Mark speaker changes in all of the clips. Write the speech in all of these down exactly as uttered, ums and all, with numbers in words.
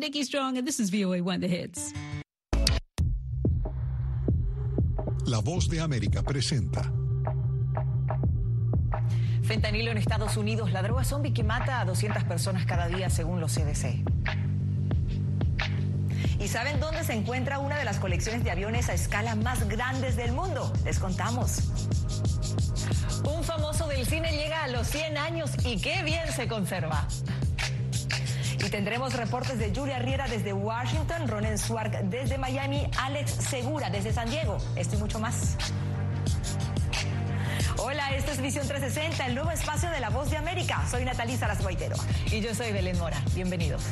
Speaker 1: Nikki Strong, and this is V O A One The Hits.
Speaker 2: La Voz de América presenta.
Speaker 3: Fentanilo en Estados Unidos, la droga zombie que mata a doscientas personas cada día según los C D C. ¿Y saben dónde se encuentra una de las colecciones de aviones a escala más grandes del mundo? Les contamos. Un famoso del cine llega a los cien años y qué bien se conserva. Y tendremos reportes de Julia Riera desde Washington, Ronen Swark desde Miami, Alex Segura desde San Diego. Esto y mucho más. Hola, esto es Visión trescientos sesenta, el nuevo espacio de La Voz de América. Soy Natalí Salas Guaitero. Y yo soy Belén Mora. Bienvenidos.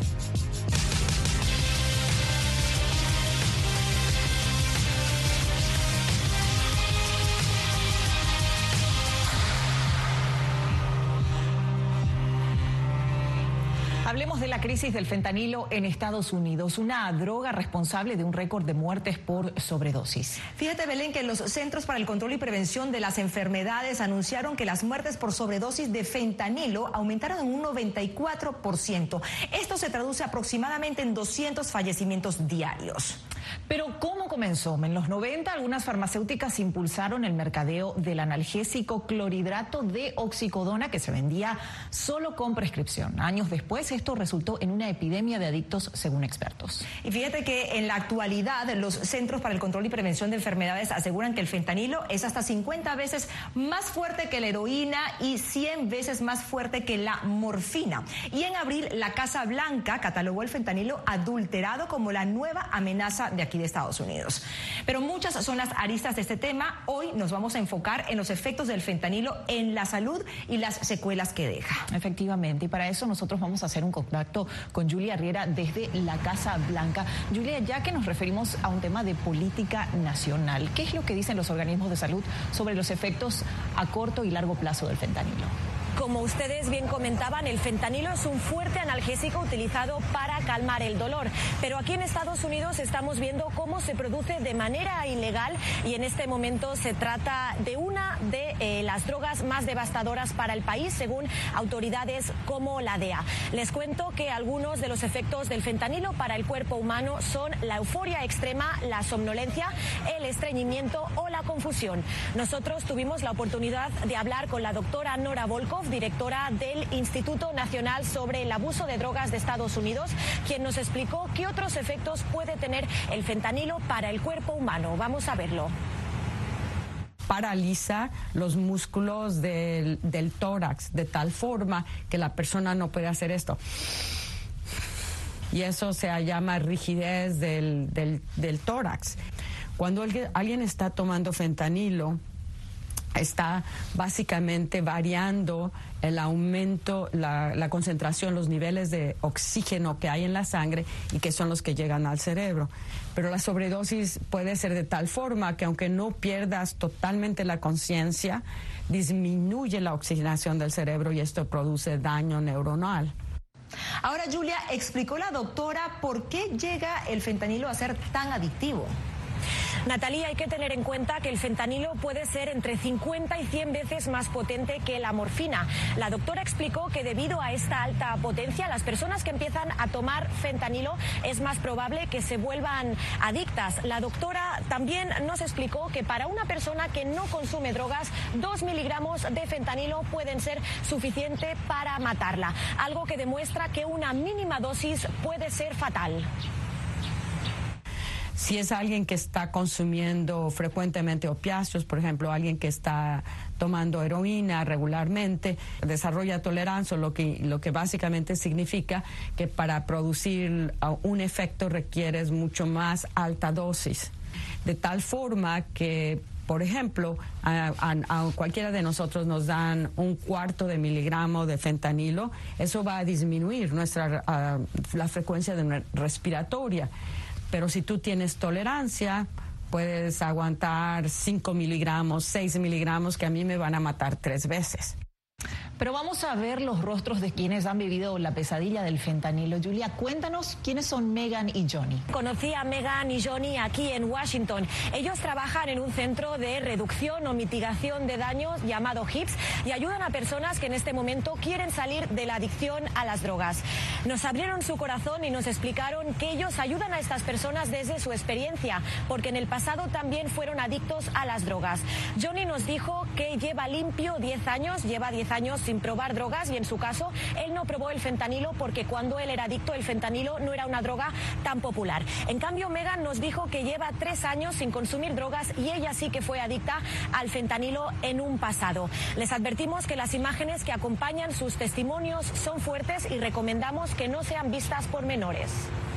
Speaker 3: Hablemos de la crisis del fentanilo en Estados Unidos, una droga responsable de un récord de muertes por sobredosis. Fíjate, Belén, que los Centros para el Control y Prevención de las Enfermedades anunciaron que las muertes por sobredosis de fentanilo aumentaron en un noventa y cuatro por ciento. Esto se traduce aproximadamente en doscientos fallecimientos diarios. Pero ¿cómo comenzó? En los noventa, algunas farmacéuticas impulsaron el mercadeo del analgésico clorhidrato de oxicodona que se vendía solo con prescripción. Años después, esto resultó en una epidemia de adictos, según expertos. Y fíjate que en la actualidad, los Centros para el Control y Prevención de Enfermedades aseguran que el fentanilo es hasta cincuenta veces más fuerte que la heroína y cien veces más fuerte que la morfina. Y en abril, la Casa Blanca catalogó el fentanilo adulterado como la nueva amenaza de aquí de Estados Unidos. Pero muchas son las aristas de este tema. Hoy nos vamos a enfocar en los efectos del fentanilo en la salud y las secuelas que deja. Efectivamente, y para eso nosotros vamos a hacer un contacto con Julia Riera desde la Casa Blanca. Julia, ya que nos referimos a un tema de política nacional, ¿qué es lo que dicen los organismos de salud sobre los efectos a corto y largo plazo del fentanilo?
Speaker 4: Como ustedes bien comentaban, el fentanilo es un fuerte analgésico utilizado para calmar el dolor. Pero aquí en Estados Unidos estamos viendo cómo se produce de manera ilegal y en este momento se trata de una de eh, las drogas más devastadoras para el país, según autoridades como la D E A. Les cuento que algunos de los efectos del fentanilo para el cuerpo humano son la euforia extrema, la somnolencia, el estreñimiento o la confusión. Nosotros tuvimos la oportunidad de hablar con la doctora Nora Volkov, directora del Instituto Nacional sobre el Abuso de Drogas de Estados Unidos, quien nos explicó qué otros efectos puede tener el fentanilo para el cuerpo humano. Vamos a verlo.
Speaker 5: Paraliza los músculos del, del tórax de tal forma que la persona no puede hacer esto. Y eso se llama rigidez del, del, del tórax. Cuando alguien, alguien está tomando fentanilo, está básicamente variando el aumento, la, la concentración, los niveles de oxígeno que hay en la sangre y que son los que llegan al cerebro. Pero la sobredosis puede ser de tal forma que aunque no pierdas totalmente la conciencia, disminuye la oxigenación del cerebro y esto produce daño neuronal.
Speaker 3: Ahora, Julia, explicó la doctora por qué llega el fentanilo a ser tan adictivo.
Speaker 4: Natalia, hay que tener en cuenta que el fentanilo puede ser entre cincuenta y cien veces más potente que la morfina. La doctora explicó que debido a esta alta potencia, las personas que empiezan a tomar fentanilo es más probable que se vuelvan adictas. La doctora también nos explicó que para una persona que no consume drogas, dos miligramos de fentanilo pueden ser suficiente para matarla, algo que demuestra que una mínima dosis puede ser fatal.
Speaker 5: Si es alguien que está consumiendo frecuentemente opiáceos, por ejemplo, alguien que está tomando heroína regularmente, desarrolla tolerancia, lo que, lo que básicamente significa que para producir un efecto requieres mucho más alta dosis. De tal forma que, por ejemplo, a, a, a cualquiera de nosotros nos dan un cuarto de miligramo de fentanilo, eso va a disminuir nuestra, uh, la frecuencia de respiratoria. Pero si tú tienes tolerancia, puedes aguantar cinco miligramos, seis miligramos, que a mí me van a matar tres veces.
Speaker 3: Pero vamos a ver los rostros de quienes han vivido la pesadilla del fentanilo. Julia, cuéntanos quiénes son Megan y Johnny.
Speaker 4: Conocí a Megan y Johnny aquí en Washington. Ellos trabajan en un centro de reducción o mitigación de daños llamado HIPS y ayudan a personas que en este momento quieren salir de la adicción a las drogas. Nos abrieron su corazón y nos explicaron que ellos ayudan a estas personas desde su experiencia, porque en el pasado también fueron adictos a las drogas. Johnny nos dijo que lleva limpio diez años, lleva diez años sin probar drogas y en su caso él no probó el fentanilo porque cuando él era adicto el fentanilo no era una droga tan popular. En cambio Megan nos dijo que lleva tres años sin consumir drogas y ella sí que fue adicta al fentanilo en un pasado. Les advertimos que las imágenes que acompañan sus testimonios son fuertes y recomendamos que no sean vistas por menores.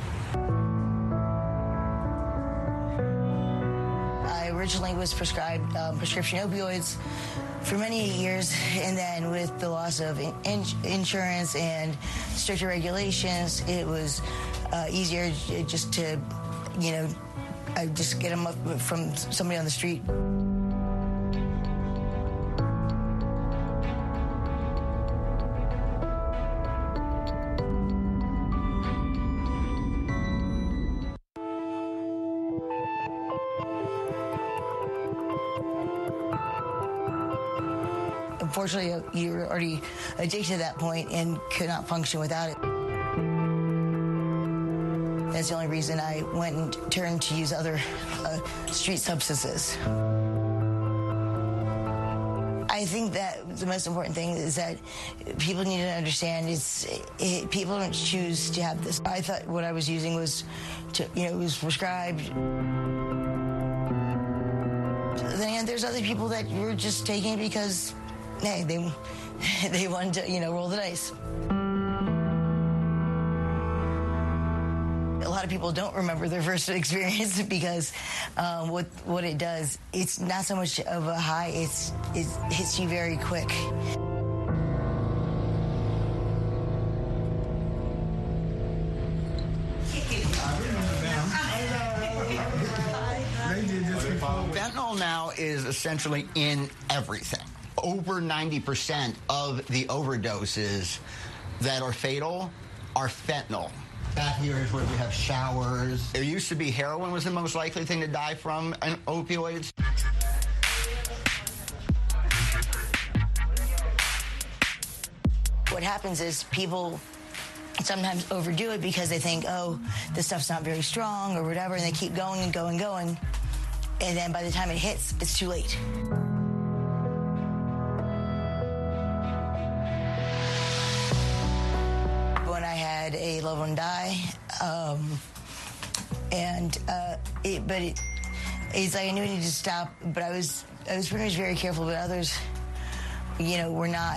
Speaker 6: I originally was prescribed um, prescription opioids for many years, and then with the loss of in insurance and stricter regulations, it was uh, easier just to, you know, I just get them up from somebody on the street. Unfortunately, you were already addicted at that point and could not function without it. That's the only reason I went and turned to use other uh, street substances. I think that the most important thing is that people need to understand it's it, people don't choose to have this. I thought what I was using was, to, you know, it was prescribed. Then again, there's other people that were just taking it because, hey, they they wanted to, you know, roll the dice. A lot of people don't remember their first experience because um, what what it does, it's not so much of a high, it's it hits you very quick.
Speaker 7: Fentanyl now is essentially in everything. Over ninety percent of the overdoses that are fatal are fentanyl. Back here is where we have showers. There used to be heroin was the most likely thing to die from an opioids.
Speaker 6: What happens is people sometimes overdo it because they think, oh, this stuff's not very strong or whatever, and they keep going and going and going. And then by the time it hits, it's too late. When I had a loved one die, um, and uh, it, but it, it's like I knew I needed to stop, but I was I was pretty much very careful, but others, you know, were not.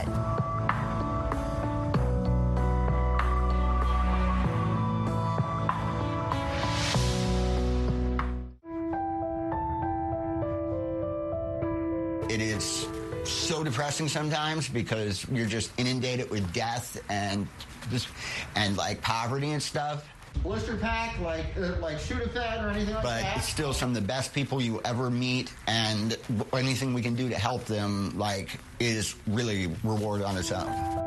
Speaker 7: It is so depressing sometimes because you're just inundated with death and just and like poverty and stuff. Blister pack, like uh, like Sudafed or anything like but that. But it's still some of the best people you ever meet, and anything we can do to help them, like, is really reward on its own.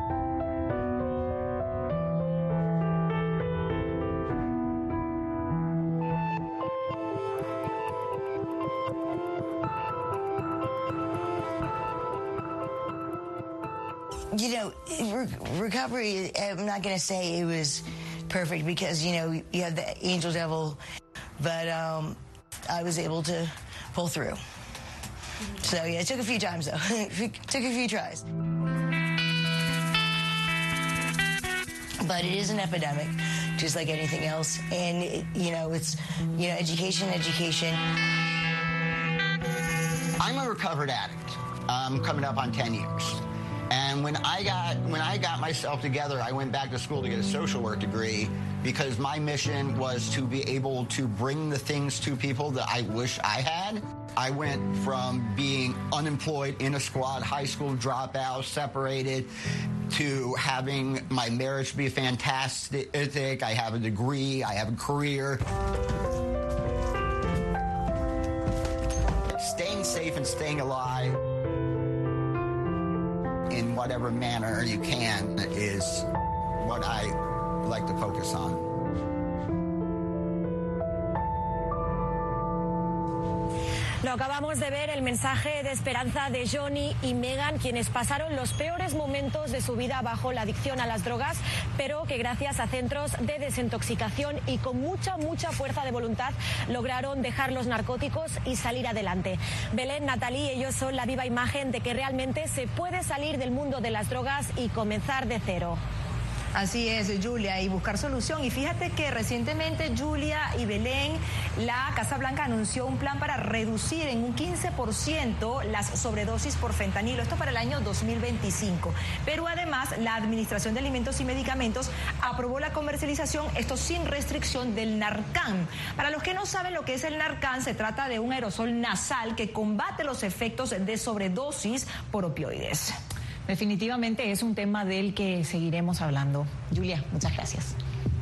Speaker 6: You know, re recovery, I'm not going to say it was perfect because, you know, you have the angel devil, but um, I was able to pull through. So, yeah, it took a few times, though. It took a few tries. But it is an epidemic, just like anything else. And, it, you know, it's, you know, education, education.
Speaker 7: I'm a recovered addict. I'm coming up on ten years. And when I got when I got myself together, I went back to school to get a social work degree because my mission was to be able to bring the things to people that I wish I had. I went from being unemployed in a squad, high school dropout, separated, to having my marriage be fantastic. I have a degree, I have a career. Staying safe and staying alive. In whatever manner you can is what I like to focus on.
Speaker 4: Lo acabamos de ver, el mensaje de esperanza de Johnny y Meghan, quienes pasaron los peores momentos de su vida bajo la adicción a las drogas, pero que gracias a centros de desintoxicación y con mucha, mucha fuerza de voluntad lograron dejar los narcóticos y salir adelante. Belén, Natalie, ellos son la viva imagen de que realmente se puede salir del mundo de las drogas y comenzar de cero.
Speaker 3: Así es, Julia, y buscar solución. Y fíjate que recientemente, Julia y Belén, la Casa Blanca anunció un plan para reducir en un quince por ciento las sobredosis por fentanilo, esto para el año dos mil veinticinco. Pero además, la Administración de Alimentos y Medicamentos aprobó la comercialización, esto sin restricción, del Narcan. Para los que no saben lo que es el Narcan, se trata de un aerosol nasal que combate los efectos de sobredosis por opioides.
Speaker 8: Definitivamente es un tema del que seguiremos hablando. Julia, muchas gracias.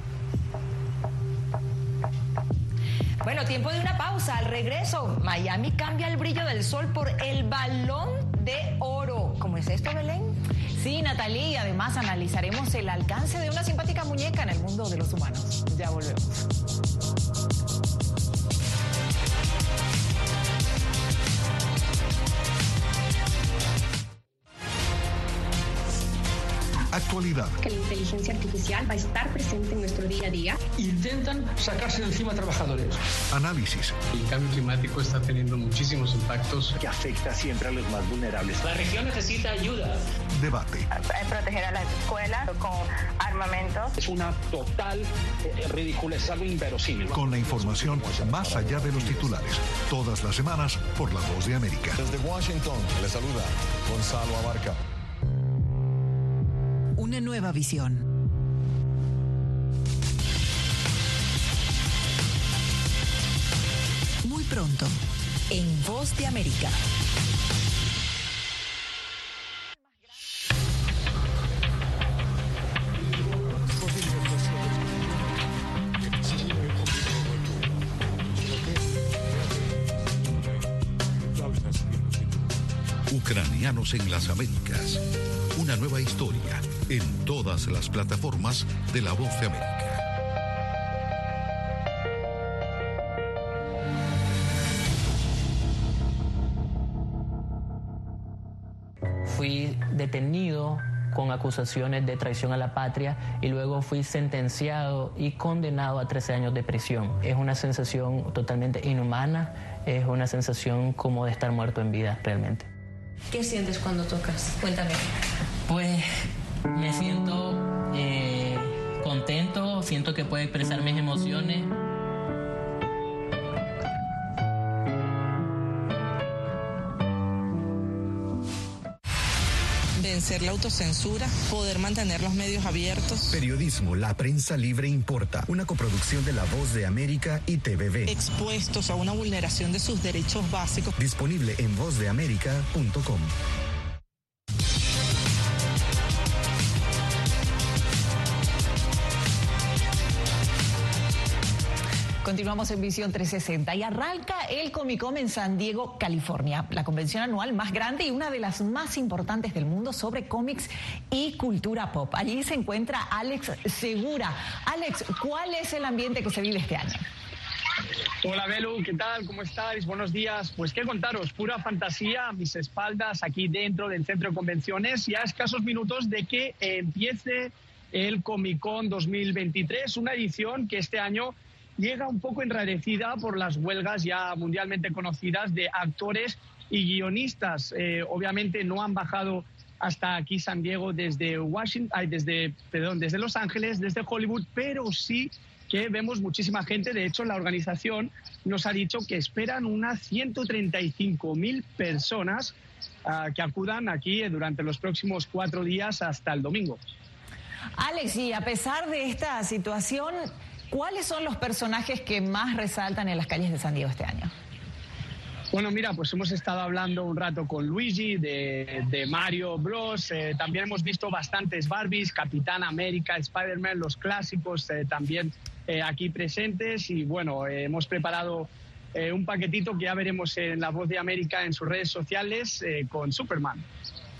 Speaker 3: Bueno, tiempo de una pausa. Al regreso, Miami cambia el brillo del sol por el Balón de Oro. ¿Cómo es esto, Belén?
Speaker 8: Sí, Natalie, y además analizaremos el alcance de una simpática muñeca en el mundo de los humanos. Ya volvemos.
Speaker 2: Actualidad.
Speaker 9: Que la inteligencia artificial va a estar presente en nuestro día a día.
Speaker 10: Intentan sacarse de encima a trabajadores.
Speaker 2: Análisis.
Speaker 11: El cambio climático está teniendo muchísimos impactos
Speaker 12: que afecta siempre a los más vulnerables.
Speaker 13: La región necesita ayuda.
Speaker 2: Debate.
Speaker 14: Proteger a las escuelas con armamentos.
Speaker 12: Es una total eh, ridiculez, es algo inverosímil.
Speaker 2: Con la información más allá de los titulares. Todas las semanas por La Voz de América.
Speaker 15: Desde Washington, le saluda Gonzalo Abarca.
Speaker 16: Una nueva visión. Muy pronto, en Voz de América.
Speaker 17: Ucranianos en las Américas. Una nueva historia en todas las plataformas de La Voz de América.
Speaker 18: Fui detenido con acusaciones de traición a la patria y luego fui sentenciado y condenado a trece años de prisión. Es una sensación totalmente inhumana, es una sensación como de estar muerto en vida realmente.
Speaker 4: ¿Qué sientes cuando tocas? Cuéntame.
Speaker 18: Pues me siento eh, contento, siento que puedo expresar mis emociones.
Speaker 19: Vencer la autocensura, poder mantener los medios abiertos.
Speaker 20: Periodismo, la prensa libre importa. Una coproducción de La Voz de América y T V B.
Speaker 19: Expuestos a una vulneración de sus derechos básicos.
Speaker 20: Disponible en voz de américa punto com.
Speaker 8: Continuamos en Visión trescientos sesenta y arranca el Comic Con en San Diego, California, la convención anual más grande y una de las más importantes del mundo sobre cómics y cultura pop. Allí se encuentra Alex Segura. Alex, ¿cuál es el ambiente que se vive este año?
Speaker 21: Hola Belu, ¿qué tal? ¿Cómo estáis? Buenos días. Pues qué contaros, pura fantasía a mis espaldas aquí dentro del centro de convenciones, ya a escasos minutos de que eh, empiece el Comic Con dos mil veintitrés, una edición que este año llega un poco enrarecida por las huelgas ya mundialmente conocidas de actores y guionistas. Eh, obviamente no han bajado hasta aquí San Diego desde Washington, ay, desde, perdón, desde Los Ángeles, desde Hollywood, pero sí que vemos muchísima gente. De hecho, la organización nos ha dicho que esperan unas ciento treinta y cinco mil personas uh, que acudan aquí durante los próximos cuatro días hasta el domingo.
Speaker 8: Alex, y a pesar de esta situación, ¿cuáles son los personajes que más resaltan en las calles de San Diego este año?
Speaker 21: Bueno, mira, pues hemos estado hablando un rato con Luigi de, de Mario Bros. Eh, también hemos visto bastantes Barbies, Capitán América, Spider-Man, los clásicos eh, también eh, aquí presentes. Y bueno, eh, hemos preparado eh, un paquetito que ya veremos en La Voz de América en sus redes sociales eh, con Superman.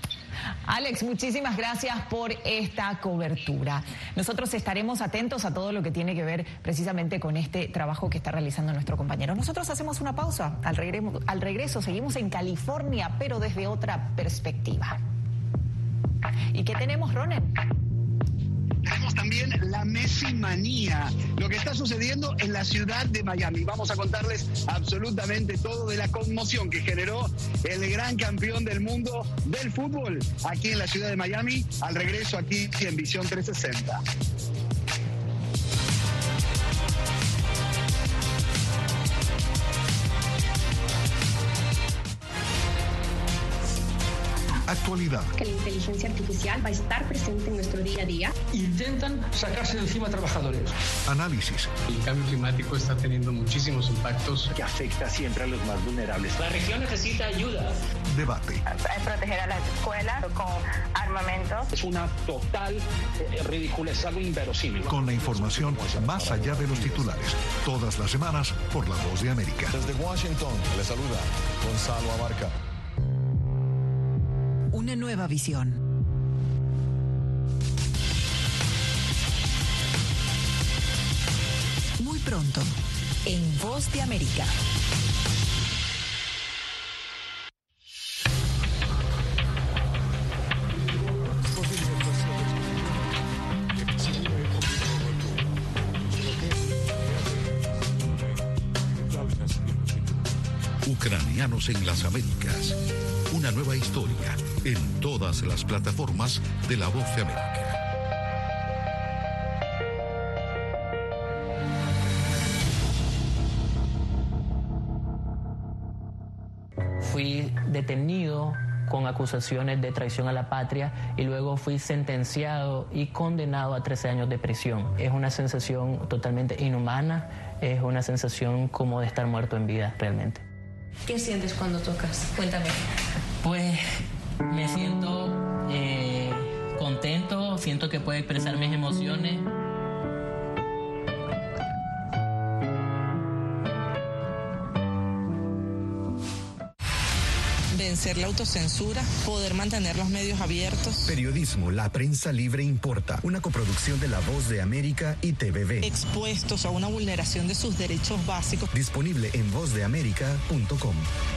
Speaker 8: Alex, muchísimas gracias por esta cobertura. Nosotros estaremos atentos a todo lo que tiene que ver precisamente con este trabajo que está realizando nuestro compañero. Nosotros hacemos una pausa. Al regreso, al regreso seguimos en California, pero desde otra perspectiva. ¿Y qué tenemos, Ronen?
Speaker 13: Tenemos también la Messi manía, lo que está sucediendo en la ciudad de Miami. Vamos a contarles absolutamente todo de la conmoción que generó el gran campeón del mundo del fútbol aquí en la ciudad de Miami, al regreso aquí en Visión trescientos sesenta.
Speaker 2: Actualidad.
Speaker 9: Que la inteligencia artificial va a estar presente en nuestro día a día.
Speaker 10: Intentan sacarse de encima a trabajadores.
Speaker 2: Análisis.
Speaker 11: El cambio climático está teniendo muchísimos impactos
Speaker 12: que afecta siempre a los más vulnerables.
Speaker 18: La región necesita ayuda.
Speaker 2: Debate.
Speaker 14: Proteger a las escuelas con armamentos.
Speaker 12: Es una total eh, ridiculez, algo inverosímil.
Speaker 2: Con la información más allá de los titulares. Todas las semanas por La Voz de América.
Speaker 15: Desde Washington, le saluda Gonzalo Abarca.
Speaker 16: Una nueva visión. Muy pronto, en Voz de América.
Speaker 17: Ucranianos en las Américas. Una nueva historia en todas las plataformas de La Voz de América.
Speaker 18: Fui detenido con acusaciones de traición a la patria y luego fui sentenciado y condenado a trece años de prisión. Es una sensación totalmente inhumana, es una sensación como de estar muerto en vida realmente.
Speaker 22: ¿Qué sientes cuando tocas? Cuéntame.
Speaker 18: Pues me siento eh, contento, siento que puedo expresar mis emociones.
Speaker 19: Vencer la autocensura, poder mantener los medios abiertos.
Speaker 20: Periodismo, la prensa libre importa. Una coproducción de La Voz de América y T V B.
Speaker 19: Expuestos a una vulneración de sus derechos básicos.
Speaker 20: Disponible en voz de américa punto com.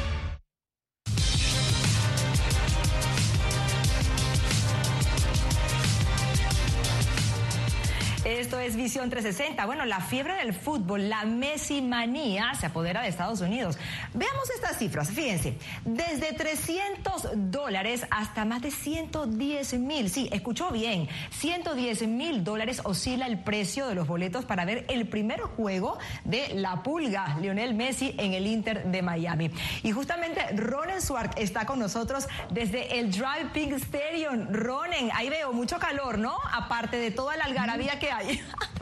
Speaker 3: Esto es Visión trescientos sesenta. Bueno, la fiebre del fútbol, la Messi manía, se apodera de Estados Unidos. Veamos estas cifras, fíjense, desde trescientos dólares hasta más de ciento diez mil. Sí, escuchó bien, ciento diez mil dólares oscila el precio de los boletos para ver el primer juego de la Pulga, Lionel Messi, en el Inter de Miami. Y justamente Ronen Suart está con nosotros desde el Drive Pink Stadium. Ronen, ahí veo mucho calor, ¿no? Aparte de toda la algarabía que hay.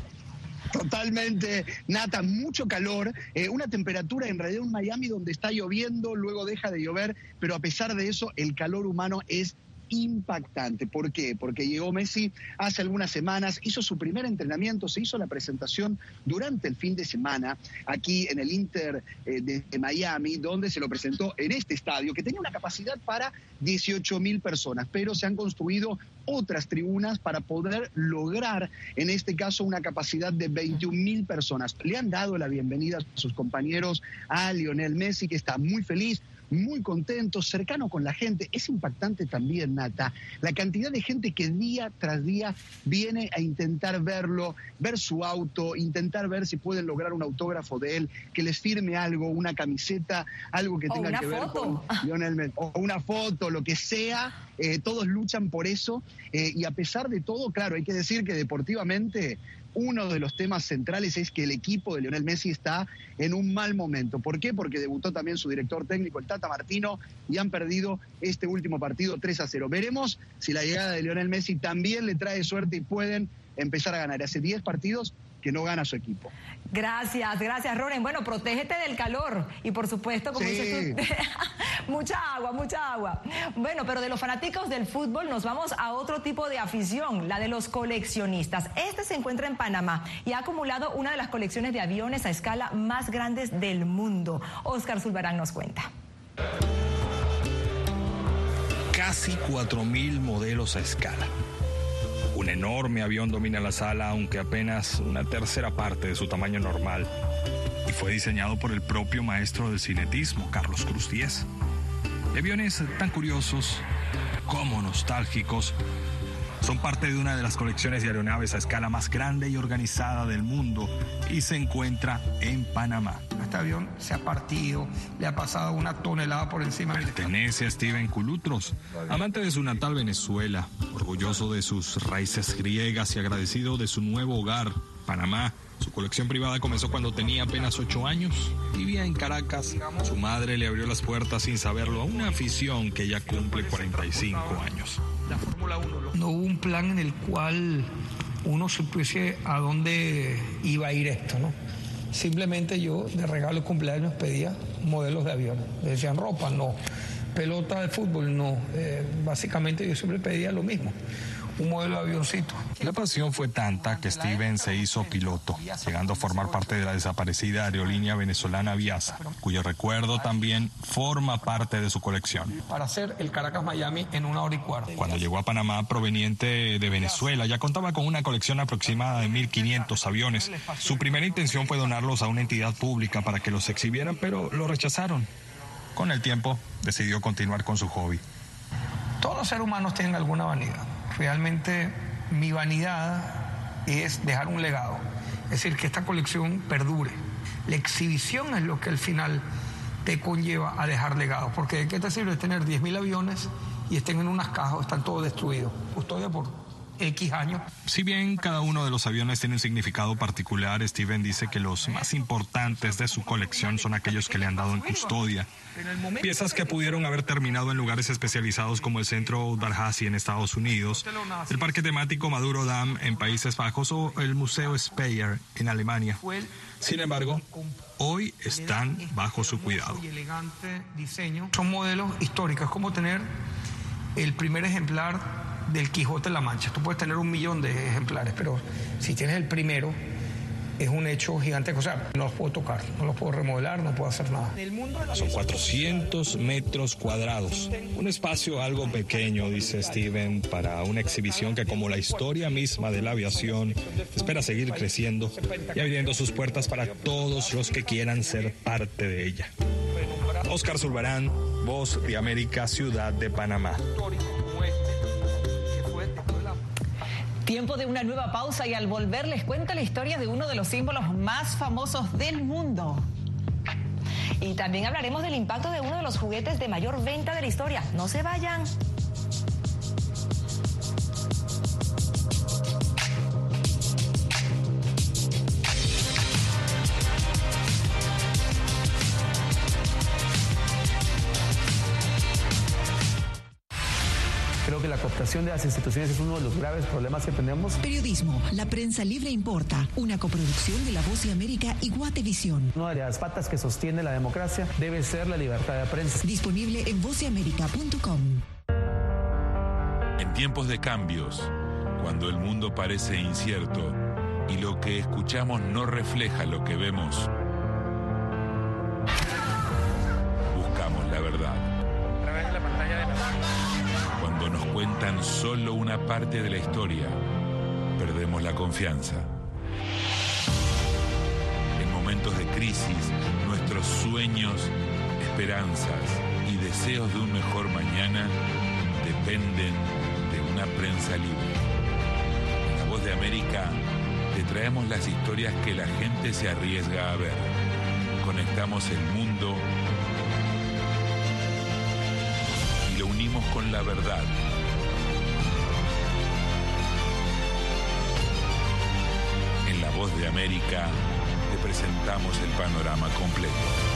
Speaker 13: Totalmente, Nata, mucho calor, eh, una temperatura en realidad en Miami donde está lloviendo, luego deja de llover, pero a pesar de eso el calor humano es impactante. ¿Por qué? Porque llegó Messi hace algunas semanas, hizo su primer entrenamiento, se hizo la presentación durante el fin de semana aquí en el Inter eh, de, de Miami, donde se lo presentó en este estadio que tenía una capacidad para dieciocho mil personas, pero se han construido otras tribunas para poder lograr, en este caso, una capacidad de veintiún mil personas. Le han dado la bienvenida a sus compañeros, a Lionel Messi, que está muy feliz, muy contento, cercano con la gente. Es impactante también, Nata, la cantidad de gente que día tras día viene a intentar verlo, ver su auto, intentar ver si pueden lograr un autógrafo de él, que les firme algo, una camiseta, algo que tenga que ver con Lionel Messi, o una foto, lo que sea. Eh, todos luchan por eso, eh, y a pesar de todo, claro, hay que decir que deportivamente uno de los temas centrales es que el equipo de Lionel Messi está en un mal momento. ¿Por qué? Porque debutó también su director técnico, el Tata Martino, y han perdido este último partido tres a cero. Veremos si la llegada de Lionel Messi también le trae suerte y pueden empezar a ganar. Hace diez partidos que no gana su equipo.
Speaker 3: Gracias, gracias, Ronen. Bueno, protégete del calor y, por supuesto, como
Speaker 13: sí.
Speaker 3: dices tú, mucha agua, mucha agua. Bueno, pero de los fanáticos del fútbol nos vamos a otro tipo de afición, la de los coleccionistas. Este se encuentra en Panamá y ha acumulado una de las colecciones de aviones a escala más grandes del mundo. Oscar Zulbarán nos cuenta.
Speaker 1: casi cuatro mil modelos a escala. Un enorme avión domina la sala, aunque apenas una tercera parte de su tamaño normal, y fue diseñado por el propio maestro del cinetismo, Carlos Cruz Diez. Aviones tan curiosos como nostálgicos son parte de una de las colecciones de aeronaves a escala más grande y organizada del mundo y se encuentra en Panamá.
Speaker 5: Este avión se ha partido, le ha pasado una tonelada por encima.
Speaker 1: Pertenece a Steven Culutros, amante de su natal Venezuela, orgulloso de sus raíces griegas y agradecido de su nuevo hogar, Panamá. Su colección privada comenzó cuando tenía apenas ocho años. Vivía en Caracas. Su madre le abrió las puertas sin saberlo a una afición que ya cumple cuarenta y cinco años.
Speaker 5: No hubo un plan en el cual uno supiese a dónde iba a ir esto, ¿no? Simplemente yo de regalo de cumpleaños pedía modelos de aviones. Me decían ropa, no. Pelota de fútbol, no. Eh, básicamente yo siempre pedía lo mismo. Un modelo de avioncito.
Speaker 1: La pasión fue tanta que Steven se hizo piloto, llegando a formar parte de la desaparecida aerolínea venezolana Viasa, cuyo recuerdo también forma parte de su colección.
Speaker 5: Para hacer el Caracas-Miami en una hora y cuarto.
Speaker 1: Cuando llegó a Panamá, proveniente de Venezuela, ya contaba con una colección aproximada de mil quinientos aviones. Su primera intención fue donarlos a una entidad pública para que los exhibieran, pero lo rechazaron. Con el tiempo, decidió continuar con su hobby.
Speaker 5: Todos los seres humanos tienen alguna vanidad. Realmente mi vanidad es dejar un legado, es decir, que esta colección perdure. La exhibición es lo que al final te conlleva a dejar legado, porque ¿de qué te sirve tener diez mil aviones y estén en unas cajas, están todos destruidos? Custodia por X años.
Speaker 1: Si bien cada uno de los aviones tiene un significado particular, Steven dice que los más importantes de su colección son aquellos que le han dado en custodia. Piezas que pudieron haber terminado en lugares especializados como el Centro Dalhousie en Estados Unidos, el Parque Temático Maduro Dam en Países Bajos o el Museo Speyer en Alemania. Sin embargo, hoy están bajo su cuidado.
Speaker 5: Son modelos históricos, es como tener el primer ejemplar del Quijote de la Mancha. Tú puedes tener un millón de ejemplares, pero si tienes el primero, es un hecho gigantesco. O sea, no los puedo tocar, no los puedo remodelar, no puedo hacer nada.
Speaker 1: Son cuatrocientos metros cuadrados. Un espacio algo pequeño, dice Steven, para una exhibición que, como la historia misma de la aviación, espera seguir creciendo y abriendo sus puertas para todos los que quieran ser parte de ella. Oscar Zulbarán, Voz de América, Ciudad de Panamá.
Speaker 8: Tiempo de una nueva pausa y al volver les cuento la historia de uno de los símbolos más famosos del mundo.
Speaker 3: Y también hablaremos del impacto de uno de los juguetes de mayor venta de la historia. No se vayan.
Speaker 23: Creo que la cooptación de las instituciones es uno de los graves problemas que tenemos.
Speaker 16: Periodismo, la prensa libre importa. Una coproducción de La Voz de América y Guatevisión.
Speaker 23: Una de las patas que sostiene la democracia debe ser la libertad de prensa.
Speaker 16: Disponible en voz de américa punto com.
Speaker 24: En tiempos de cambios, cuando el mundo parece incierto y lo que escuchamos no refleja lo que vemos, buscamos la verdad.
Speaker 23: A través de la pantalla de la...
Speaker 24: Cuando nos cuentan solo una parte de la historia, perdemos la confianza. En momentos de crisis, nuestros sueños, esperanzas y deseos de un mejor mañana dependen de una prensa libre. En La Voz de América te traemos las historias que la gente se arriesga a ver. Conectamos el mundo y lo unimos con la verdad. En La Voz de América te presentamos el panorama completo.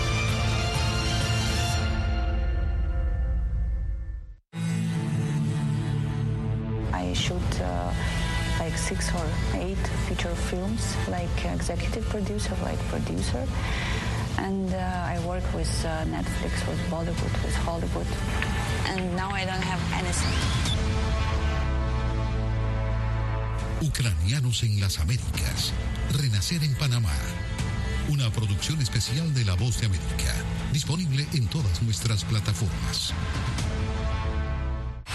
Speaker 25: I shoot uh, like six or eight feature films, like executive producer, like producer. And uh, I work with uh, Netflix, with Bollywood, with Hollywood. And now I don't have anything.
Speaker 17: Ucranianos en las Américas. Renacer en Panamá. Una producción especial de La Voz de América. Disponible en todas nuestras plataformas.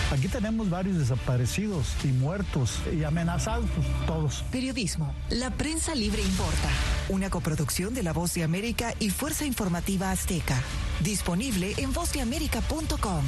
Speaker 4: Aquí tenemos varios desaparecidos y muertos y amenazados, pues, todos.
Speaker 16: Periodismo. La prensa libre importa. Una coproducción de La Voz de América y Fuerza Informativa Azteca. Disponible en voz de américa punto com.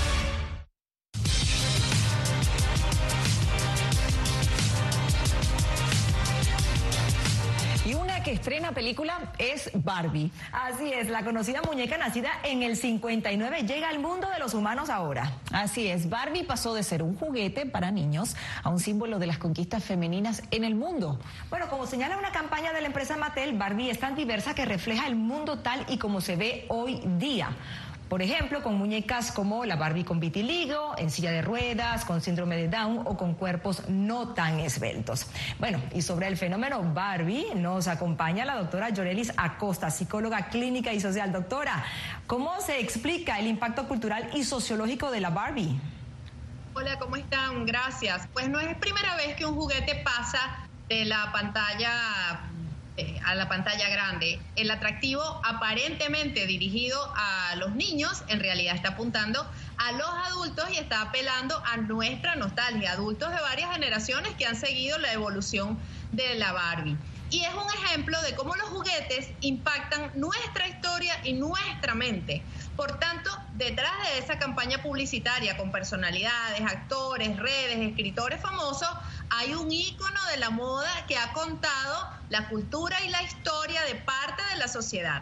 Speaker 3: Que estrena película es Barbie. Así es, la conocida muñeca nacida en el cincuenta y nueve llega al mundo de los humanos ahora.
Speaker 8: Así es, Barbie pasó de ser un juguete para niños a un símbolo de las conquistas femeninas en el mundo.
Speaker 3: Bueno, como señala una campaña de la empresa Mattel, Barbie es tan diversa que refleja el mundo tal y como se ve hoy día. Por ejemplo, con muñecas como la Barbie con vitiligo, en silla de ruedas, con síndrome de Down o con cuerpos no tan esbeltos. Bueno, y sobre el fenómeno Barbie nos acompaña la doctora Yorelis Acosta, psicóloga clínica y social. Doctora, ¿cómo se explica el impacto cultural y sociológico de la Barbie?
Speaker 6: Hola, ¿cómo están? Gracias. Pues no es primera vez que un juguete pasa de la pantalla a la pantalla grande. El atractivo aparentemente dirigido a los niños en realidad está apuntando a los adultos y está apelando a nuestra nostalgia, adultos de varias generaciones que han seguido la evolución de la Barbie. Y es un ejemplo de cómo los juguetes impactan nuestra historia y nuestra mente. Por tanto, detrás de esa campaña publicitaria con personalidades, actores, redes, escritores famosos, hay un ícono de la moda que ha contado la cultura y la historia de parte de la sociedad.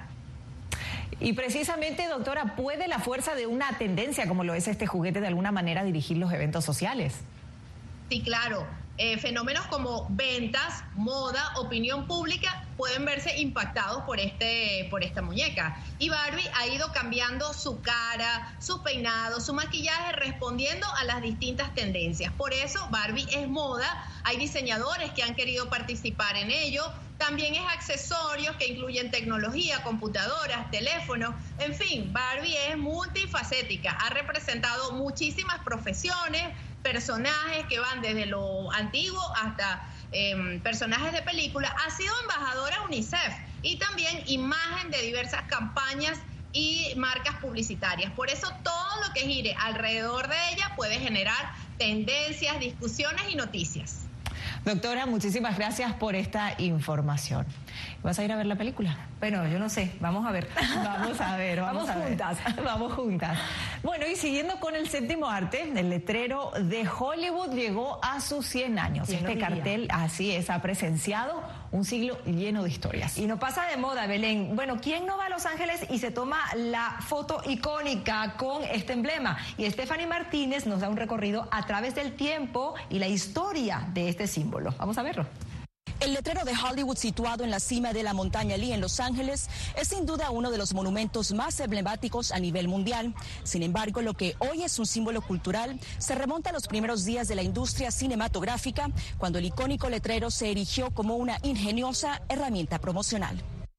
Speaker 8: Y precisamente, doctora, ¿puede la fuerza de una tendencia como lo es este juguete de alguna manera dirigir los eventos sociales?
Speaker 6: Sí, claro. Eh, fenómenos como ventas, moda, opinión pública pueden verse impactados por este por esta muñeca. Y Barbie ha ido cambiando su cara, su peinado, su maquillaje, respondiendo a las distintas tendencias. Por eso Barbie es moda, hay diseñadores que han querido participar en ello, también es accesorios que incluyen tecnología, computadoras, teléfonos, en fin, Barbie es multifacética, ha representado muchísimas profesiones, personajes que van desde lo antiguo hasta eh, personajes de película. Ha sido embajadora UNICEF y también imagen de diversas campañas y marcas publicitarias. Por eso todo lo que gire alrededor de ella puede generar tendencias, discusiones y noticias.
Speaker 8: Doctora, muchísimas gracias por esta información. ¿Vas a ir a ver la película?
Speaker 3: Bueno, yo no sé, vamos a ver.
Speaker 8: Vamos a ver, vamos,
Speaker 3: vamos
Speaker 8: a
Speaker 3: juntas.
Speaker 8: Ver. Vamos juntas. Bueno, y siguiendo con el séptimo arte, el letrero de Hollywood llegó a sus cien años.
Speaker 3: ¿Quién
Speaker 8: este cartel, así es, ha presenciado un siglo lleno de historias.
Speaker 3: Y no pasa de moda, Belén. Bueno, ¿quién no va a Los Ángeles y se toma la foto icónica con este emblema? Y Stephanie Martínez nos da un recorrido a través del tiempo y la historia de este símbolo. Vamos a verlo.
Speaker 7: El letrero de Hollywood, situado en la cima de la montaña Lee en Los Ángeles, es sin duda uno de los monumentos más emblemáticos a nivel mundial. Sin embargo, lo que hoy es un símbolo cultural se remonta a los primeros días de la industria cinematográfica, cuando el icónico letrero se erigió como una ingeniosa herramienta promocional.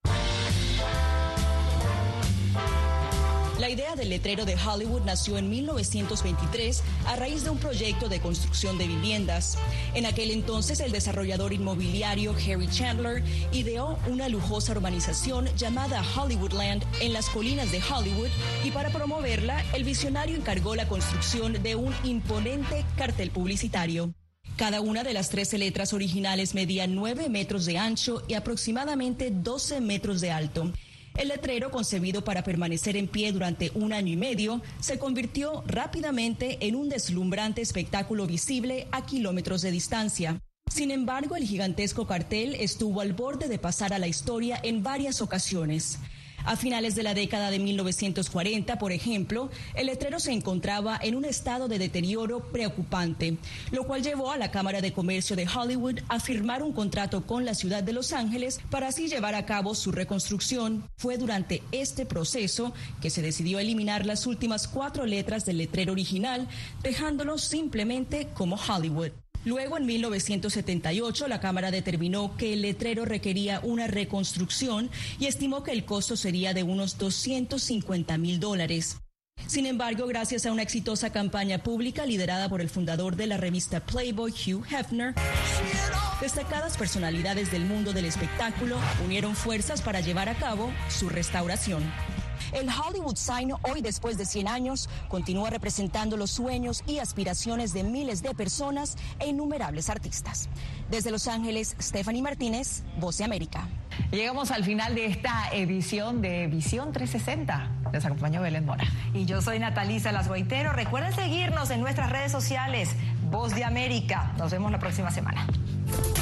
Speaker 7: La idea del letrero de Hollywood nació en mil novecientos veintitrés a raíz de un proyecto de construcción de viviendas. En aquel entonces, el desarrollador inmobiliario Harry Chandler ideó una lujosa urbanización llamada Hollywoodland en las colinas de Hollywood, y para promoverla, el visionario encargó la construcción de un imponente cartel publicitario. Cada una de las trece letras originales medía nueve metros de ancho y aproximadamente doce metros de alto. El letrero, concebido para permanecer en pie durante un año y medio, se convirtió rápidamente en un deslumbrante espectáculo visible a kilómetros de distancia. Sin embargo, el gigantesco cartel estuvo al borde de pasar a la historia en varias ocasiones. A finales de la década de mil novecientos cuarenta, por ejemplo, el letrero se encontraba en un estado de deterioro preocupante, lo cual llevó a la Cámara de Comercio de Hollywood a firmar un contrato con la ciudad de Los Ángeles para así llevar a cabo su reconstrucción. Fue durante este proceso que se decidió eliminar las últimas cuatro letras del letrero original, dejándolo simplemente como Hollywood. Luego, en mil novecientos setenta y ocho, la Cámara determinó que el letrero requería una reconstrucción y estimó que el costo sería de unos doscientos cincuenta mil dólares. Sin embargo, gracias a una exitosa campaña pública liderada por el fundador de la revista Playboy, Hugh Hefner, destacadas personalidades del mundo del espectáculo unieron fuerzas para llevar a cabo su restauración. El Hollywood Sign, hoy después de cien años, continúa representando los sueños y aspiraciones de miles de personas e innumerables artistas. Desde Los Ángeles, Stephanie Martínez, Voz de América.
Speaker 3: Llegamos al final de esta edición de Visión trescientos sesenta. Les acompañó Belén Mora. Y yo soy Natalisa Lasguaitero. Recuerden seguirnos en nuestras redes sociales, Voz de América. Nos vemos la próxima semana.